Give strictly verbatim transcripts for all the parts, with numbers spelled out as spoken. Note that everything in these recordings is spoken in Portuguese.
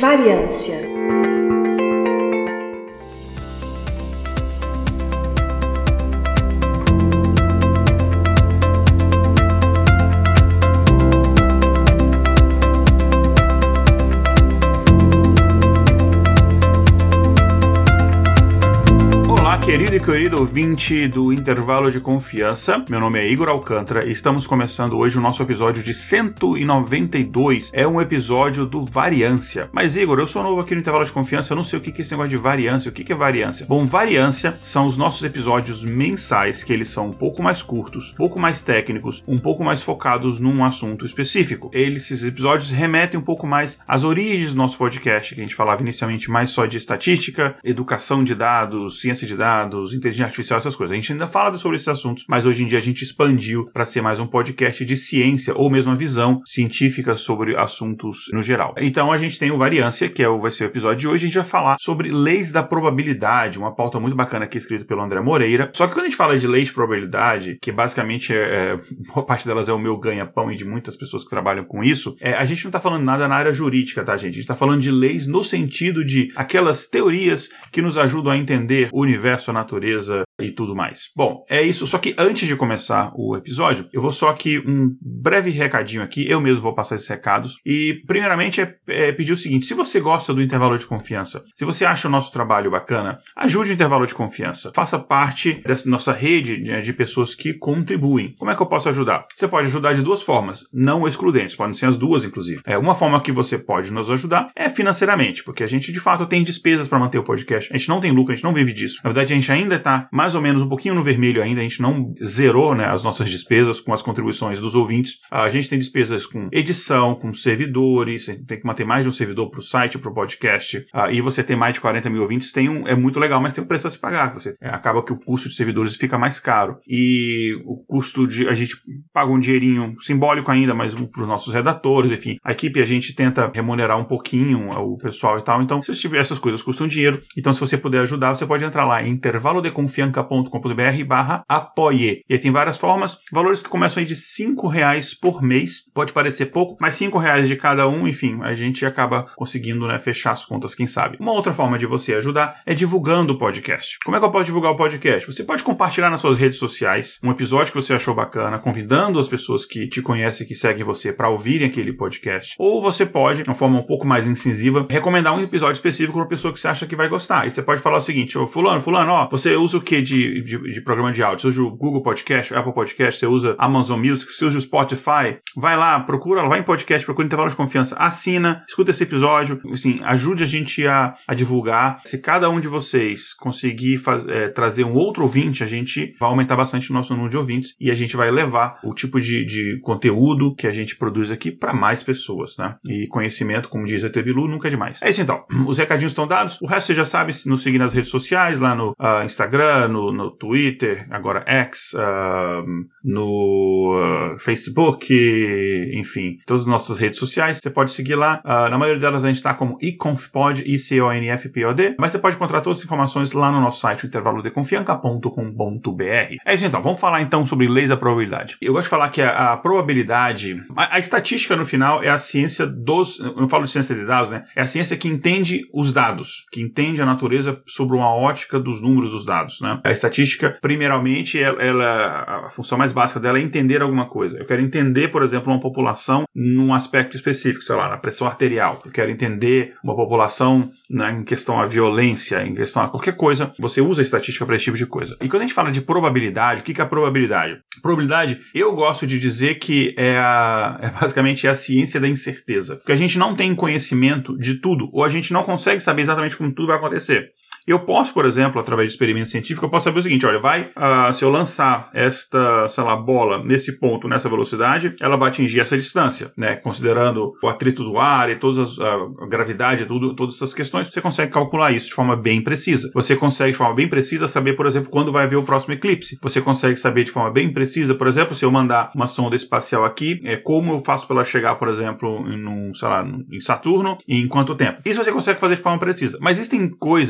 Variância. Querido e querido ouvinte do Intervalo de Confiança, meu nome é Igor Alcântara e estamos começando hoje o nosso episódio de cento e noventa e dois, é um episódio do Variância. Mas Igor, eu sou novo aqui no Intervalo de Confiança, eu não sei o que é esse negócio de variância, o que é variância? Bom, variância são os nossos episódios mensais, que eles são um pouco mais curtos, um pouco mais técnicos, um pouco mais focados num assunto específico. Eles, esses episódios remetem um pouco mais às origens do nosso podcast, que a gente falava inicialmente mais só de estatística, educação de dados, ciência de dados, inteligência artificial, essas coisas. A gente ainda fala sobre esses assuntos, mas hoje em dia a gente expandiu para ser mais um podcast de ciência ou mesmo uma visão científica sobre assuntos no geral. Então a gente tem o Variância, que é o, vai ser o episódio de hoje. A gente vai falar sobre leis da probabilidade, uma pauta muito bacana aqui escrita pelo André Moreira. Só que quando a gente fala de leis de probabilidade, que basicamente é, é, boa parte delas é o meu ganha-pão e de muitas pessoas que trabalham com isso, é, a gente não está falando nada na área jurídica, tá, gente? A gente está falando de leis no sentido de aquelas teorias que nos ajudam a entender o universo, a natureza e tudo mais. Bom, é isso. Só que antes de começar o episódio, eu vou só aqui um breve recadinho aqui. Eu mesmo vou passar esses recados. E, primeiramente, é, é pedir o seguinte. Se você gosta do Intervalo de Confiança, se você acha o nosso trabalho bacana, ajude o Intervalo de Confiança. Faça parte dessa nossa rede de, de pessoas que contribuem. Como é que eu posso ajudar? Você pode ajudar de duas formas, não excludentes. Podem ser as duas, inclusive. É, uma forma que você pode nos ajudar é financeiramente, porque a gente, de fato, tem despesas para manter o podcast. A gente não tem lucro, a gente não vive disso. Na verdade, a gente ainda está mais ou menos um pouquinho no vermelho ainda, a gente não zerou, né, as nossas despesas com as contribuições dos ouvintes. A gente tem despesas com edição, com servidores, tem que manter mais de um servidor para o site, para o podcast, e você tem mais de quarenta mil ouvintes, tem um, é muito legal, mas tem um preço a se pagar. Você, é, acaba que o custo de servidores fica mais caro. E o custo de... A gente paga um dinheirinho simbólico ainda, mas para os nossos redatores, enfim. A equipe a gente tenta remunerar um pouquinho o pessoal e tal, então se tiver essas coisas custam dinheiro. Então se você puder ajudar, você pode entrar lá em intervalodeconfianca ponto com ponto br barra apoie. E aí tem várias formas, valores que começam aí de cinco reais por mês. Pode parecer pouco, mas cinco reais de cada um, enfim, a gente acaba conseguindo, né, fechar as contas, quem sabe. Uma outra forma de você ajudar é divulgando o podcast. Como é que eu posso divulgar o podcast? Você pode compartilhar nas suas redes sociais um episódio que você achou bacana, convidando as pessoas que te conhecem, que seguem você, para ouvirem aquele podcast. Ou você pode, de uma forma um pouco mais incisiva, recomendar um episódio específico para uma pessoa que você acha que vai gostar. E você pode falar o seguinte: ô, fulano, fulano, ó, você usa o que de, de, de programa de áudio? Você usa o Google Podcast, o Apple Podcast, você usa Amazon Music, você usa o Spotify? Vai lá, procura, vai em podcast, procura Intervalo de Confiança, assina, escuta esse episódio, assim, ajude a gente a, a divulgar. Se cada um de vocês conseguir faz, é, trazer um outro ouvinte, a gente vai aumentar bastante o nosso número de ouvintes e a gente vai levar o tipo de, de conteúdo que a gente produz aqui para mais pessoas, né? E conhecimento, como diz a T B L U, nunca é demais. É isso então, os recadinhos estão dados, o resto você já sabe, nos seguir nas redes sociais, lá no uh, Instagram, no, no Twitter, agora X, uh, no uh, Facebook, enfim, todas as nossas redes sociais, você pode seguir lá. Uh, na maioria delas a gente está como iconfpod, I C O N F P O D, mas você pode encontrar todas as informações lá no nosso site, intervalodeconfianca ponto com ponto br. É isso então, vamos falar então sobre leis da probabilidade. Eu gosto de falar que a, a probabilidade, a, a estatística no final é a ciência dos, eu não falo de ciência de dados, né? É a ciência que entende os dados, que entende a natureza sobre uma ótica dos números dos dados, né? A estatística, primeiramente, ela, ela, a função mais básica dela é entender alguma coisa. Eu quero entender, por exemplo, uma população num aspecto específico, sei lá, na pressão arterial. Eu quero entender uma população, né, em questão à violência, em questão a qualquer coisa. Você usa a estatística para esse tipo de coisa. E quando a gente fala de probabilidade, o que é a probabilidade? Probabilidade, eu gosto de dizer que é, a, é basicamente a ciência da incerteza. Porque a gente não tem conhecimento de tudo, ou a gente não consegue saber exatamente como tudo vai acontecer. Eu posso, por exemplo, através de experimento científico, eu posso saber o seguinte: olha, vai, uh, se eu lançar esta, sei lá, bola nesse ponto, nessa velocidade, ela vai atingir essa distância, né? Considerando o atrito do ar e todas as, a gravidade, tudo, todas essas questões, você consegue calcular isso de forma bem precisa. Você consegue, de forma bem precisa, saber, por exemplo, quando vai haver o próximo eclipse. Você consegue saber de forma bem precisa, por exemplo, se eu mandar uma sonda espacial aqui, é, como eu faço para ela chegar, por exemplo, em, um, sei lá, em Saturno e em quanto tempo. Isso você consegue fazer de forma precisa. Mas existem coisas que você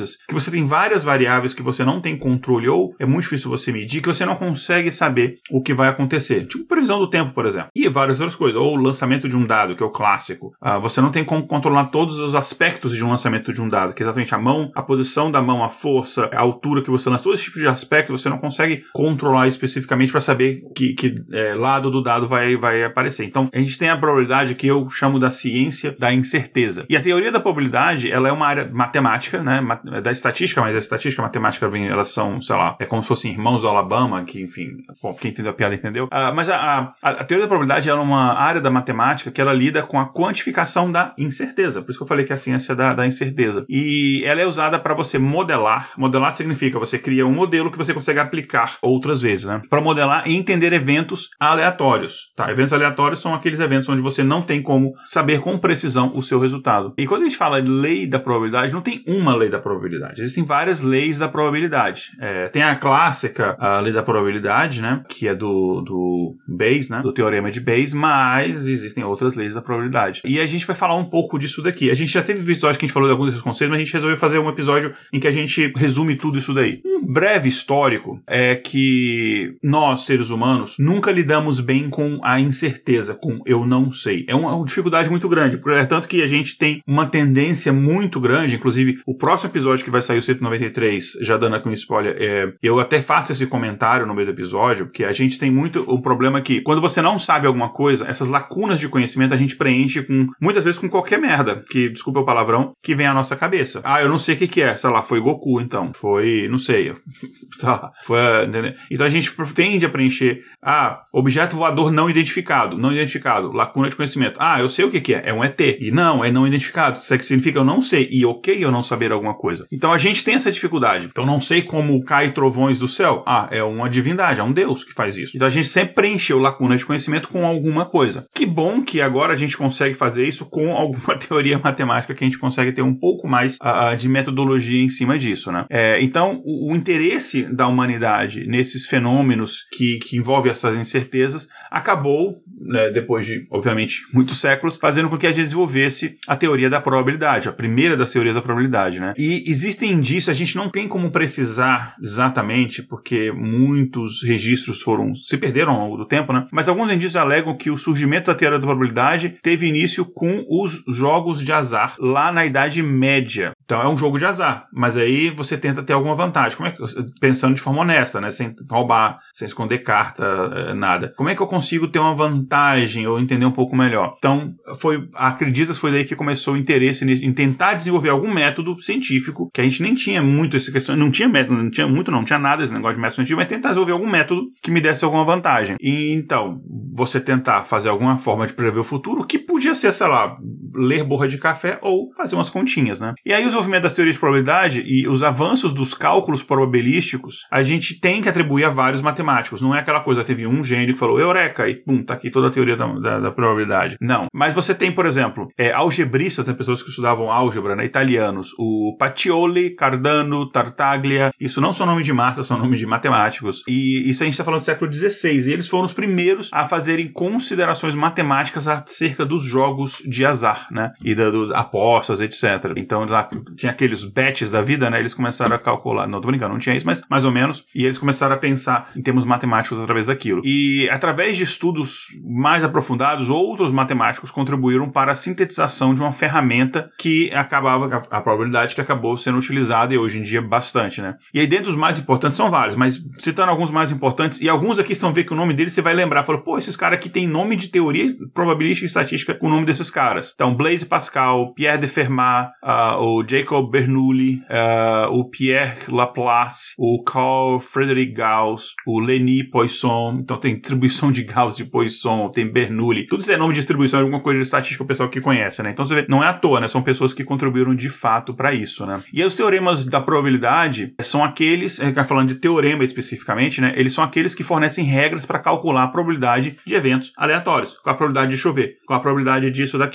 você tem várias variáveis que você não tem controle ou é muito difícil você medir, que você não consegue saber o que vai acontecer. Tipo previsão do tempo, por exemplo. E várias outras coisas. Ou o lançamento de um dado, que é o clássico. Uh, você não tem como controlar todos os aspectos de um lançamento de um dado, que é exatamente a mão, a posição da mão, a força, a altura que você lança, todo esse tipo de aspecto você não consegue controlar especificamente para saber que, que é, lado do dado vai, vai aparecer. Então, a gente tem a probabilidade que eu chamo da ciência da incerteza. E a teoria da probabilidade, ela é uma área matemática, né, da estatística, mas a estatística e a matemática, elas são, sei lá, é como se fossem irmãos do Alabama, que, enfim, bom, quem entendeu a piada entendeu. Uh, mas a, a, a teoria da probabilidade é uma área da matemática que ela lida com a quantificação da incerteza. Por isso que eu falei que é a ciência da, da incerteza. E ela é usada para você modelar. Modelar significa você cria um modelo que você consegue aplicar outras vezes, né? Para modelar e entender eventos aleatórios. Tá? Eventos aleatórios são aqueles eventos onde você não tem como saber com precisão o seu resultado. E quando a gente fala de lei da probabilidade, não tem uma lei da probabilidade. Existem várias leis da probabilidade. É, tem a clássica, a lei da probabilidade, né? Que é do, do Bayes, né? Do teorema de Bayes, mas existem outras leis da probabilidade. E a gente vai falar um pouco disso daqui. A gente já teve episódio que a gente falou de alguns desses conceitos, mas a gente resolveu fazer um episódio em que a gente resume tudo isso daí. Um breve histórico é que nós, seres humanos, nunca lidamos bem com a incerteza, com eu não sei. É uma, uma dificuldade muito grande, é tanto que a gente tem uma tendência muito grande, inclusive o próximo episódio que vai sair, o cento e noventa e três, já dando aqui um spoiler, é, eu até faço esse comentário no meio do episódio, porque a gente tem muito um problema que, quando você não sabe alguma coisa, essas lacunas de conhecimento a gente preenche com, muitas vezes com qualquer merda, que, desculpa o palavrão, que vem à nossa cabeça. Ah, eu não sei o que que é, sei lá, foi Goku então, foi, não sei, sei lá, foi, entendeu? Então a gente tende a preencher, ah, objeto voador não identificado, não identificado, lacuna de conhecimento. Ah, eu sei o que que é, é um E T. E não, é não identificado, isso é que significa eu não sei, e ok eu não saber alguma coisa. Então a gente tem essa dificuldade. Eu não sei como cai trovões do céu. Ah, é uma divindade, é um Deus que faz isso. Então a gente sempre preencheu lacuna de conhecimento com alguma coisa. Que bom que agora a gente consegue fazer isso com alguma teoria matemática que a gente consegue ter um pouco mais uh, de metodologia em cima disso, né? É, então, o, o interesse da humanidade nesses fenômenos que, que envolvem essas incertezas acabou, né, depois de, obviamente, muitos séculos, fazendo com que a gente desenvolvesse a teoria da probabilidade, a primeira das teorias da probabilidade, né? E existem indícios, a gente não tem como precisar exatamente, porque muitos registros foram, se perderam ao longo do tempo, né? Mas alguns indícios alegam que o surgimento da teoria da probabilidade teve início com os jogos de azar lá na Idade Média. Então é um jogo de azar, mas aí você tenta ter alguma vantagem. Como é que, pensando de forma honesta, né? Sem roubar, sem esconder carta, nada. Como é que eu consigo ter uma vantagem ou entender um pouco melhor? Então, foi, acredita, foi daí que começou o interesse em tentar desenvolver algum método científico, que a gente nem tinha muito essa questão, não tinha método, não tinha muito não, não tinha nada esse negócio de método científico, mas tentar desenvolver algum método que me desse alguma vantagem. E então, você tentar fazer alguma forma de prever o futuro, que podia ser, sei lá, ler borra de café ou fazer umas continhas, né? E aí o desenvolvimento das teorias de probabilidade e os avanços dos cálculos probabilísticos, a gente tem que atribuir a vários matemáticos. Não é aquela coisa, teve um gênio que falou, eureka, e pum, tá aqui toda a teoria da, da, da probabilidade. Não. Mas você tem, por exemplo, é, algebristas, né, pessoas que estudavam álgebra, né, italianos, o Pacioli, Cardano, Tartaglia, isso não são nomes de massa, são nomes de matemáticos. E isso a gente está falando do século dezesseis, e eles foram os primeiros a fazerem considerações matemáticas acerca dos jogos de azar, né, e da, do, apostas, etcétera. Então, lá tinha aqueles bets da vida, né, eles começaram a calcular, não tô brincando, não tinha isso, mas mais ou menos, e eles começaram a pensar em termos matemáticos através daquilo. E através de estudos mais aprofundados, outros matemáticos contribuíram para a sintetização de uma ferramenta que acabava, a, a probabilidade que acabou sendo utilizada e hoje em dia bastante, né. E aí dentro dos mais importantes, são vários, mas citando alguns mais importantes, e alguns aqui são ver que o nome deles você vai lembrar, falou, pô, esses caras aqui tem nome de teoria probabilística e estatística com o nome desses caras. Então, Blaise Pascal, Pierre de Fermat, uh, o Jacob Bernoulli, uh, o Pierre Laplace, o Carl Friedrich Gauss, o Denis Poisson, então tem distribuição de Gauss, de Poisson, tem Bernoulli, tudo isso é nome de distribuição de alguma coisa de estatística o pessoal que conhece, né? Então você vê, não é à toa, né? São pessoas que contribuíram de fato para isso, né? E os teoremas da probabilidade são aqueles, a gente vai falando de teorema especificamente, né? Eles são aqueles que fornecem regras para calcular a probabilidade de eventos aleatórios. Qual a probabilidade de chover? Qual a probabilidade disso ou daquilo? Qual a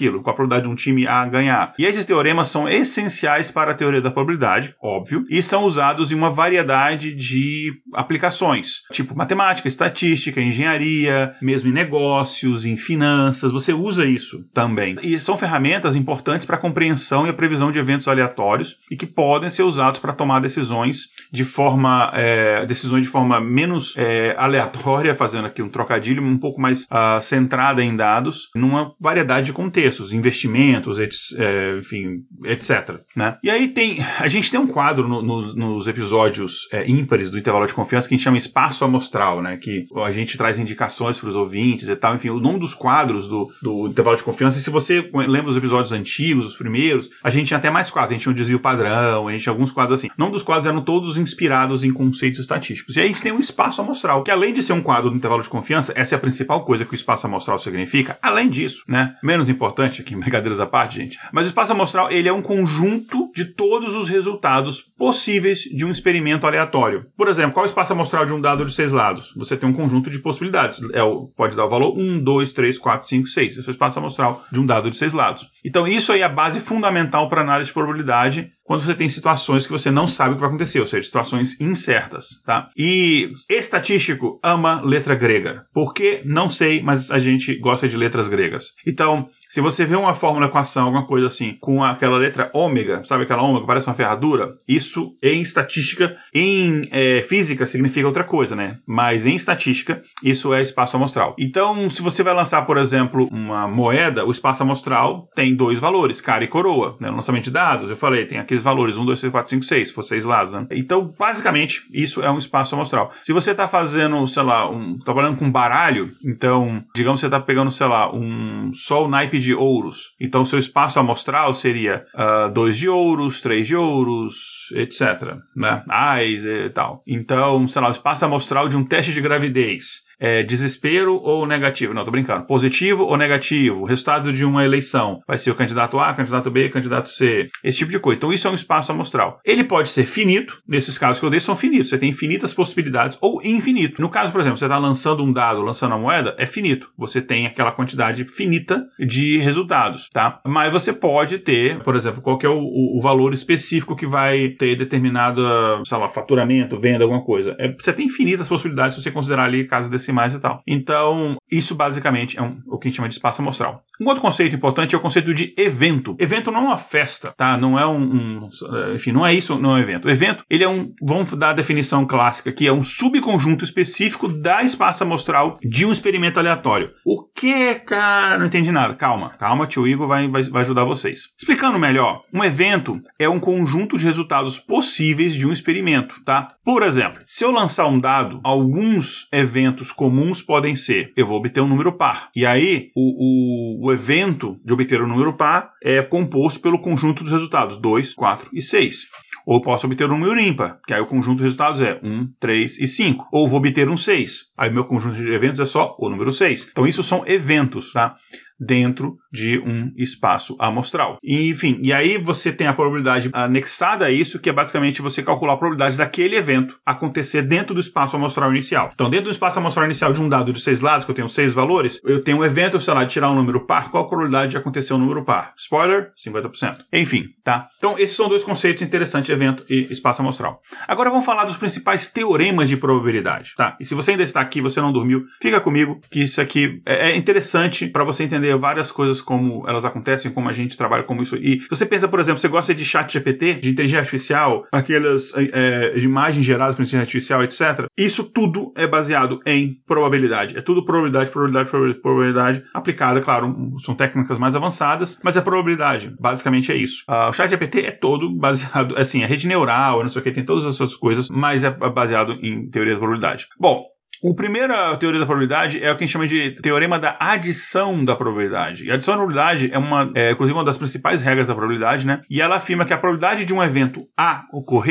probabilidade de um time A ganhar. E esses teoremas são essenciais para a teoria da probabilidade, óbvio, e são usados em uma variedade de aplicações, tipo matemática, estatística, engenharia, mesmo em negócios, em finanças, você usa isso também. E são ferramentas importantes para a compreensão e a previsão de eventos aleatórios e que podem ser usados para tomar decisões de forma, é, decisões de forma menos é, aleatória, fazendo aqui um trocadilho, um pouco mais uh, centrada em dados, numa variedade de contextos, investimentos, et, é, enfim, etcétera. Né? E aí tem, a gente tem um quadro no, no, nos episódios é, ímpares do Intervalo de Confiança que a gente chama Espaço Amostral, né? Que a gente traz indicações para os ouvintes e tal, enfim, o nome dos quadros do, do Intervalo de Confiança, e se você lembra os episódios antigos, os primeiros, a gente tinha até mais quadros, a gente tinha um desvio padrão, a gente tinha alguns quadros assim. O nome dos quadros eram todos inspirados em conceitos estatísticos. E aí a gente tem um espaço amostral, que além de ser um quadro do Intervalo de Confiança, essa é a principal coisa que o espaço amostral significa. Além disso, né, menos importante aqui, brincadeiras à parte, gente, mas o espaço amostral, ele é um conjunto de todos os resultados possíveis de um experimento aleatório. Por exemplo, qual é o espaço amostral de um dado de seis lados? Você tem um conjunto de possibilidades. É o, pode dar o valor um, dois, três, quatro, cinco, seis. Esse é o espaço amostral de um dado de seis lados. Então, isso aí é a base fundamental para análise de probabilidade quando você tem situações que você não sabe o que vai acontecer, ou seja, situações incertas, tá? E estatístico ama letra grega. Por que? Não sei, mas a gente gosta de letras gregas. Então, se você vê uma fórmula, equação, alguma coisa assim, com aquela letra ômega, sabe aquela ômega que parece uma ferradura? Isso em estatística, em é, física significa outra coisa, né? Mas em estatística, isso é espaço amostral. Então, se você vai lançar, por exemplo, uma moeda, o espaço amostral tem dois valores, cara e coroa, né? No lançamento de dados, eu falei, tem aqueles valores um, dois, três, quatro, cinco, seis, se for seis lados, né? Então, basicamente, isso é um espaço amostral. Se você está fazendo, sei lá, um, trabalhando com baralho, então, digamos que você está pegando, sei lá, um só o naipe de ouros. Então, seu espaço amostral seria uh, dois de ouros, três de ouros, etcétera. Né? Ais e tal. Então, sei lá, o espaço amostral de um teste de gravidez. É desespero ou negativo? Não, tô brincando. Positivo ou negativo? Resultado de uma eleição. Vai ser o candidato A, candidato B, candidato C. Esse tipo de coisa. Então, isso é um espaço amostral. Ele pode ser finito. Nesses casos que eu dei, são finitos. Você tem infinitas possibilidades ou infinito. No caso, por exemplo, você está lançando um dado, lançando a moeda, é finito. Você tem aquela quantidade finita de resultados, tá? Mas você pode ter, por exemplo, qual que é o, o, o valor específico que vai ter determinado, sei lá, faturamento, venda, alguma coisa. É, você tem infinitas possibilidades se você considerar ali casos decimais e tal. Então, isso basicamente é um, o que a gente chama de espaço amostral. Um outro conceito importante é o conceito de evento. Evento não é uma festa, tá? Não é um, um enfim, não é isso, não é um evento. O evento, ele é um, vamos dar a definição clássica, que é um subconjunto específico da espaço amostral de um experimento aleatório. O que, cara? Não entendi nada. Calma, calma, tio Igor vai, vai, vai ajudar vocês. Explicando melhor, um evento é um conjunto de resultados possíveis de um experimento, tá? Por exemplo, se eu lançar um dado, alguns eventos comuns podem ser, eu vou obter um número par. E aí, o, o, o evento de obter um número par é composto pelo conjunto dos resultados dois, quatro e seis. Ou eu posso obter um número ímpar, que aí o conjunto de resultados é um, três e cinco. Ou vou obter um seis. Aí meu conjunto de eventos é só o número seis. Então isso são eventos, tá? Dentro de um espaço amostral. E, enfim, e aí você tem a probabilidade anexada a isso, que é basicamente você calcular a probabilidade daquele evento acontecer dentro do espaço amostral inicial. Então, dentro do espaço amostral inicial de um dado de seis lados, que eu tenho seis valores, eu tenho um evento, sei lá, de tirar um número par, qual a probabilidade de acontecer um número par? Spoiler, cinquenta por cento. Enfim, tá? Então, esses são dois conceitos interessantes, evento e espaço amostral. Agora vamos falar dos principais teoremas de probabilidade, tá? E se você ainda está aqui, você não dormiu, fica comigo, que isso aqui é interessante para você entender várias coisas como elas acontecem, como a gente trabalha, como isso. E se você pensa, por exemplo, você gosta de chat G P T, de inteligência artificial, aquelas é, de imagens geradas por inteligência artificial, etcétera. Isso tudo é baseado em probabilidade. É tudo probabilidade, probabilidade, probabilidade aplicada, claro, são técnicas mais avançadas, mas é probabilidade. Basicamente é isso. Uh, o chat G P T é todo baseado, assim, é rede neural, não sei o que, tem todas essas coisas, mas é baseado em teoria da probabilidade. Bom, a primeira teoria da probabilidade é o que a gente chama de teorema da adição da probabilidade. E a adição da probabilidade é, uma, é, inclusive, uma das principais regras da probabilidade, né? E ela afirma que a probabilidade de um evento A ocorrer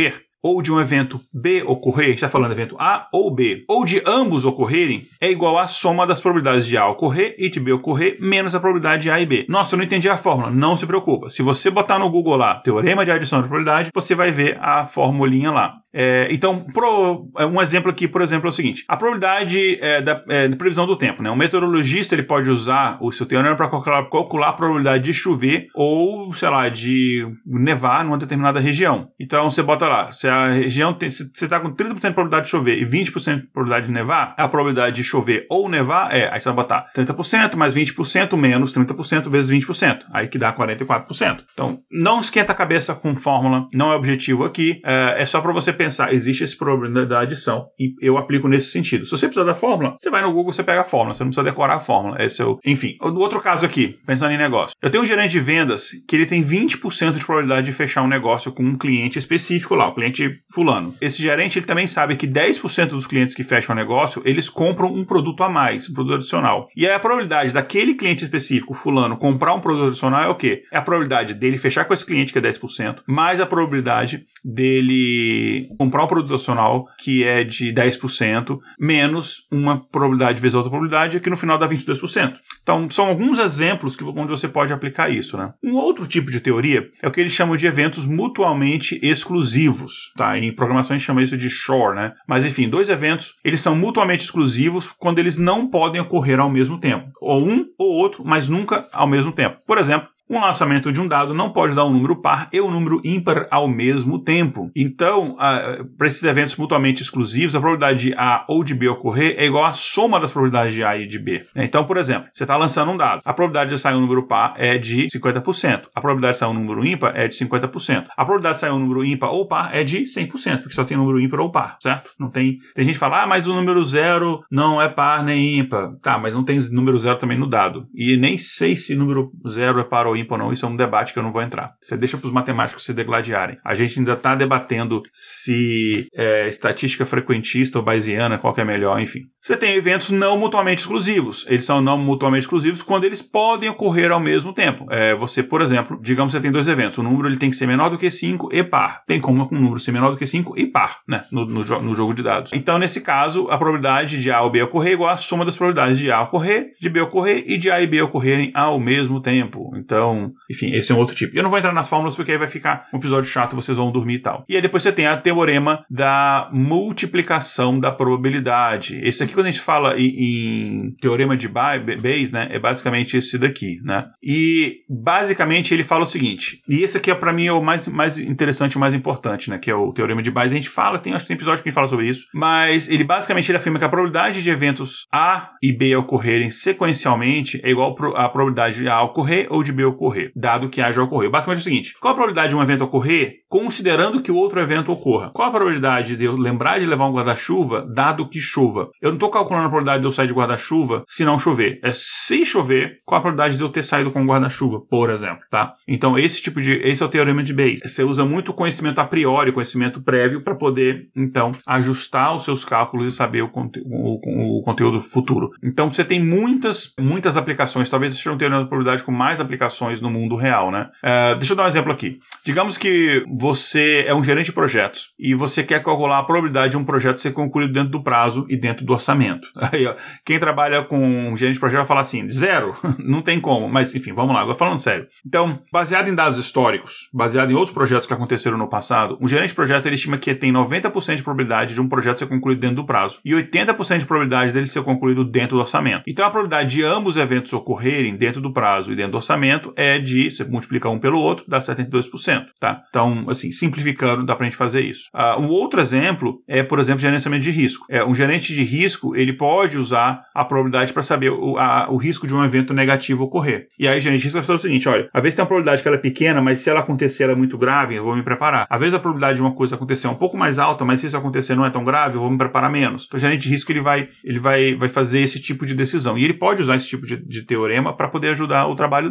ou de um evento B ocorrer, a gente está falando de evento A ou B, ou de ambos ocorrerem, é igual à soma das probabilidades de A ocorrer e de B ocorrer, menos a probabilidade de A e B. Nossa, eu não entendi a fórmula. Não se preocupa. Se você botar no Google lá, teorema de adição de probabilidade, você vai ver a formulinha lá. É, então, pro, um exemplo aqui, por exemplo, é o seguinte. A probabilidade é, da, é, da previsão do tempo, né? Um meteorologista, ele pode usar o seu teorema para calcular, calcular a probabilidade de chover ou, sei lá, de nevar numa determinada região. Então, você bota lá, se a região tem, se você está com trinta por cento de probabilidade de chover e vinte por cento de probabilidade de nevar, a probabilidade de chover ou nevar é, aí você vai botar trinta por cento mais vinte por cento menos trinta por cento vezes vinte por cento. Aí que dá quarenta e quatro por cento. Então, não esquenta a cabeça com fórmula, não é objetivo aqui, é, é só para você pensar. Pensar, existe esse problema da adição e eu aplico nesse sentido. Se você precisar da fórmula, você vai no Google, você pega a fórmula, você não precisa decorar a fórmula. Esse é o... Enfim, no outro caso aqui, pensando em negócio. Eu tenho um gerente de vendas que ele tem vinte por cento de probabilidade de fechar um negócio com um cliente específico lá, o cliente fulano. Esse gerente, ele também sabe que dez por cento dos clientes que fecham o negócio, eles compram um produto a mais, um produto adicional. E aí a probabilidade daquele cliente específico, fulano, comprar um produto adicional é o quê? É a probabilidade dele fechar com esse cliente, que é dez por cento, mais a probabilidade dele comprar um produto adicional que é de dez por cento, menos uma probabilidade vezes outra probabilidade, que no final dá vinte e dois por cento. Então, são alguns exemplos que, onde você pode aplicar isso, né? Um outro tipo de teoria é o que eles chamam de eventos mutuamente exclusivos, tá? Em programação a gente chama isso de Shor, né? Mas, enfim, dois eventos, eles são mutuamente exclusivos quando eles não podem ocorrer ao mesmo tempo. Ou um ou outro, mas nunca ao mesmo tempo. Por exemplo, um lançamento de um dado não pode dar um número par e um número ímpar ao mesmo tempo. Então, uh, para esses eventos mutuamente exclusivos, a probabilidade de A ou de B ocorrer é igual à soma das probabilidades de A e de B. Então, por exemplo, você está lançando um dado. A probabilidade de sair um número par é de cinquenta por cento. A probabilidade de sair um número ímpar é de cinquenta por cento. A probabilidade de sair um número ímpar ou par é de cem por cento, porque só tem número ímpar ou par, certo? Não tem... Tem gente que fala, ah, mas o número zero não é par nem ímpar. Tá, mas não tem número zero também no dado. E nem sei se número zero é par ou ímpar ou não, isso é um debate que eu não vou entrar. Você deixa para os matemáticos se degladiarem. A gente ainda está debatendo se é, estatística frequentista ou bayesiana, qual que é melhor, enfim. Você tem eventos não mutuamente exclusivos. Eles são não mutuamente exclusivos quando eles podem ocorrer ao mesmo tempo. É, você, por exemplo, digamos que você tem dois eventos. O número ele tem que ser menor do que cinco e par. Tem como um número ser menor do que cinco e par, né? No, no, no jogo de dados. Então, nesse caso, a probabilidade de A ou B ocorrer é igual à soma das probabilidades de A ocorrer, de B ocorrer e de A e B ocorrerem ao mesmo tempo. Então, enfim, esse é um outro tipo. Eu não vou entrar nas fórmulas porque aí vai ficar um episódio chato, vocês vão dormir e tal. E aí depois você tem a teorema da multiplicação da probabilidade. Esse aqui, quando a gente fala em, em teorema de Bayes, né, é basicamente esse daqui, né? E basicamente ele fala o seguinte, e esse aqui é para mim é o mais, mais interessante e mais importante, né, que é o teorema de Bayes. A gente fala, tem, acho que tem episódio que a gente fala sobre isso, mas ele basicamente ele afirma que a probabilidade de eventos A e B ocorrerem sequencialmente é igual à probabilidade de A ocorrer ou de B ocorrer, dado que A já ocorreu. Basicamente é o seguinte, qual a probabilidade de um evento ocorrer considerando que o outro evento ocorra? Qual a probabilidade de eu lembrar de levar um guarda-chuva dado que chova? Eu não estou calculando a probabilidade de eu sair de guarda-chuva se não chover. É se chover, qual a probabilidade de eu ter saído com guarda-chuva, por exemplo, tá? Então esse tipo de, esse é o teorema de Bayes. Você usa muito conhecimento a priori, conhecimento prévio para poder, então, ajustar os seus cálculos e saber o, conte- o, o conteúdo futuro. Então você tem muitas, muitas aplicações, talvez seja um teorema de probabilidade com mais aplicações no mundo real, né? Uh, deixa eu dar um exemplo aqui. Digamos que você é um gerente de projetos e você quer calcular a probabilidade de um projeto ser concluído dentro do prazo e dentro do orçamento. Aí, ó, quem trabalha com um gerente de projeto vai falar assim, zero, não tem como, mas enfim, vamos lá, agora falando sério. Então, baseado em dados históricos, baseado em outros projetos que aconteceram no passado, um gerente de projeto ele estima que tem noventa por cento de probabilidade de um projeto ser concluído dentro do prazo e oitenta por cento de probabilidade dele ser concluído dentro do orçamento. Então, a probabilidade de ambos os eventos ocorrerem dentro do prazo e dentro do orçamento é de, você multiplica um pelo outro, dá setenta e dois por cento, tá? Então, assim, simplificando, dá pra gente fazer isso. Uh, um outro exemplo é, por exemplo, gerenciamento de risco. É, um gerente de risco, ele pode usar a probabilidade para saber o, a, o risco de um evento negativo ocorrer. E aí, o gerente de risco vai fazer o seguinte, olha, às vezes tem uma probabilidade que ela é pequena, mas se ela acontecer, ela é muito grave, eu vou me preparar. Às vezes a probabilidade de uma coisa acontecer é um pouco mais alta, mas se isso acontecer não é tão grave, eu vou me preparar menos. Então, o gerente de risco, ele vai, ele vai, vai fazer esse tipo de decisão. E ele pode usar esse tipo de, de teorema para poder ajudar o trabalho dele, né?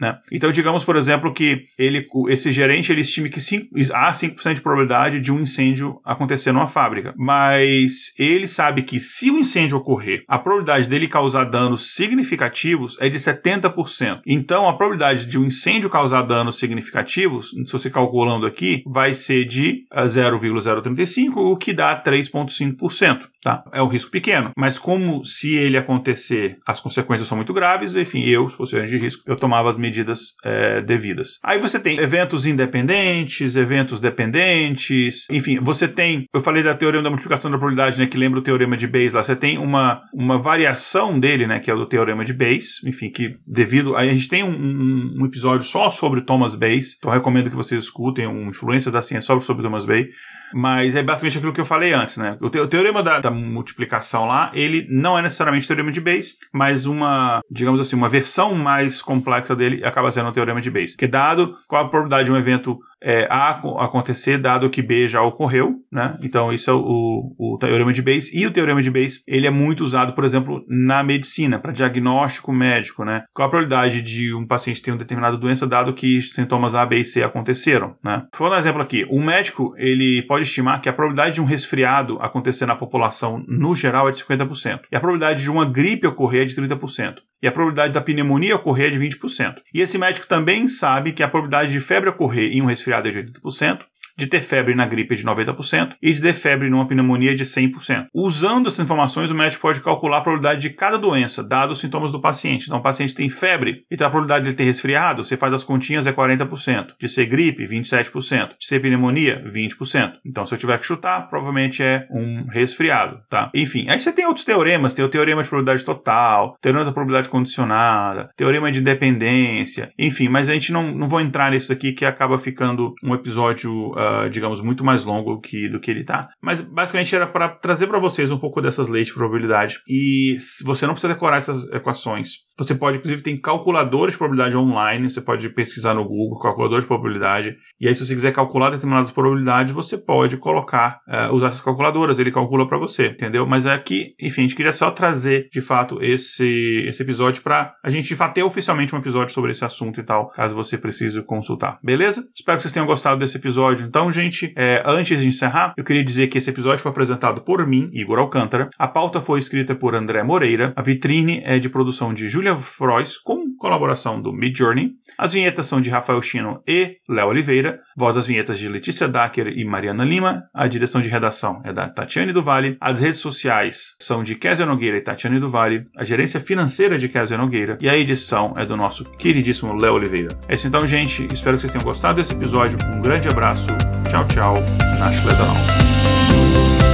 né? Então, digamos, por exemplo, que ele, esse gerente ele estime que cinco, há cinco por cento de probabilidade de um incêndio acontecer numa fábrica, mas ele sabe que se o incêndio ocorrer, a probabilidade dele causar danos significativos é de setenta por cento. Então, a probabilidade de um incêndio causar danos significativos, se você calculando aqui, vai ser de zero vírgula zero trinta e cinco, o que dá três vírgula cinco por cento. Tá? É um risco pequeno, mas como se ele acontecer, as consequências são muito graves, enfim, eu, se fosse gerente de risco, eu tomava as medidas é, devidas. Aí você tem eventos independentes, eventos dependentes, enfim, você tem, eu falei da teorema da multiplicação da probabilidade, né, que lembra o teorema de Bayes lá, você tem uma, uma variação dele, né, que é o do teorema de Bayes, enfim, que devido, aí a gente tem um, um, um episódio só sobre Thomas Bayes, então eu recomendo que vocês escutem um Influência da Ciência sobre, sobre Thomas Bayes, mas é basicamente aquilo que eu falei antes, né? O, te- o teorema da, da multiplicação lá, ele não é necessariamente o teorema de Bayes, mas uma, digamos assim, uma versão mais complexa dele acaba sendo o teorema de Bayes. Que dado qual a probabilidade de um evento é, A acontecer, dado que B já ocorreu, né? Então isso é o, o teorema de Bayes. E o teorema de Bayes, ele é muito usado, por exemplo, na medicina, para diagnóstico médico, né? Qual a probabilidade de um paciente ter uma determinada doença, dado que sintomas A, B e C aconteceram, né? Vou dar um exemplo aqui. Um médico, ele pode estimar que a probabilidade de um resfriado acontecer na população no geral é de cinquenta por cento. E a probabilidade de uma gripe ocorrer é de trinta por cento. E a probabilidade da pneumonia ocorrer é de vinte por cento. E esse médico também sabe que a probabilidade de febre ocorrer em um resfriado é de oitenta por cento. De ter febre na gripe de noventa por cento e de ter febre numa pneumonia de cem por cento. Usando essas informações, o médico pode calcular a probabilidade de cada doença, dados os sintomas do paciente. Então, o paciente tem febre, e a probabilidade de ele ter resfriado, você faz as continhas, é quarenta por cento. De ser gripe, vinte e sete por cento. De ser pneumonia, vinte por cento. Então, se eu tiver que chutar, provavelmente é um resfriado, tá? Enfim, aí você tem outros teoremas, tem o teorema de probabilidade total, teorema da probabilidade condicionada, teorema de independência, enfim, mas a gente não, não vai entrar nisso aqui, que acaba ficando um episódio uh, Uh, digamos, muito mais longo que, do que ele tá. Mas, basicamente, era para trazer para vocês um pouco dessas leis de probabilidade. E você não precisa decorar essas equações. Você pode, inclusive, tem calculadores de probabilidade online. Você pode pesquisar no Google, calculador de probabilidade. E aí, se você quiser calcular determinadas probabilidades, você pode colocar, uh, usar essas calculadoras. Ele calcula para você, entendeu? Mas é que, enfim, a gente queria só trazer, de fato, esse, esse episódio para a gente, de fato, ter oficialmente um episódio sobre esse assunto e tal, caso você precise consultar. Beleza? Espero que vocês tenham gostado desse episódio. Então, Então, gente, é, antes de encerrar, eu queria dizer que esse episódio foi apresentado por mim, Igor Alcântara. A pauta foi escrita por André Moreira. A vitrine é de produção de Júlia Frois, com colaboração do Midjourney. As vinhetas são de Rafael Chino e Léo Oliveira. Voz das vinhetas de Letícia Dacker e Mariana Lima. A direção de redação é da Tatiane do Vale. As redes sociais são de Kézia Nogueira e Tatiane do Vale. A gerência financeira é de Kézia Nogueira. E a edição é do nosso queridíssimo Léo Oliveira. É isso então, gente. Espero que vocês tenham gostado desse episódio. Um grande abraço. Tchau, tchau. Na Schledanau.